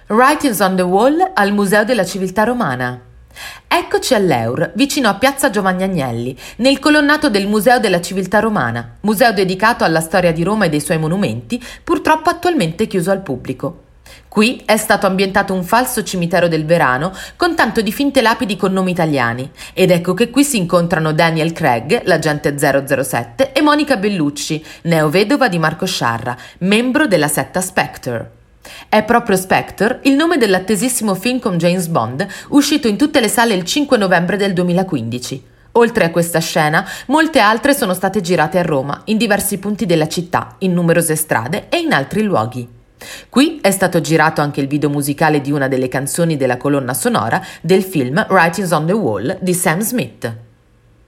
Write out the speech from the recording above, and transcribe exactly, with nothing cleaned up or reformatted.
Writings on the Wall al Museo della Civiltà Romana. Eccoci all'Eur, vicino a Piazza Giovanni Agnelli, nel colonnato del Museo della Civiltà Romana, museo dedicato alla storia di Roma e dei suoi monumenti, purtroppo attualmente chiuso al pubblico. Qui è stato ambientato un falso cimitero del Verano con tanto di finte lapidi con nomi italiani, ed ecco che qui si incontrano Daniel Craig, l'agente zero zero sette, e Monica Bellucci, neovedova di Marco Sciarra, membro della setta Spectre. È proprio Spectre il nome dell'attesissimo film con James Bond, uscito in tutte le sale il cinque novembre del duemilaquindici. Oltre a questa scena, molte altre sono state girate a Roma, in diversi punti della città, in numerose strade e in altri luoghi. Qui è stato girato anche il video musicale di una delle canzoni della colonna sonora del film Writings on the Wall di Sam Smith.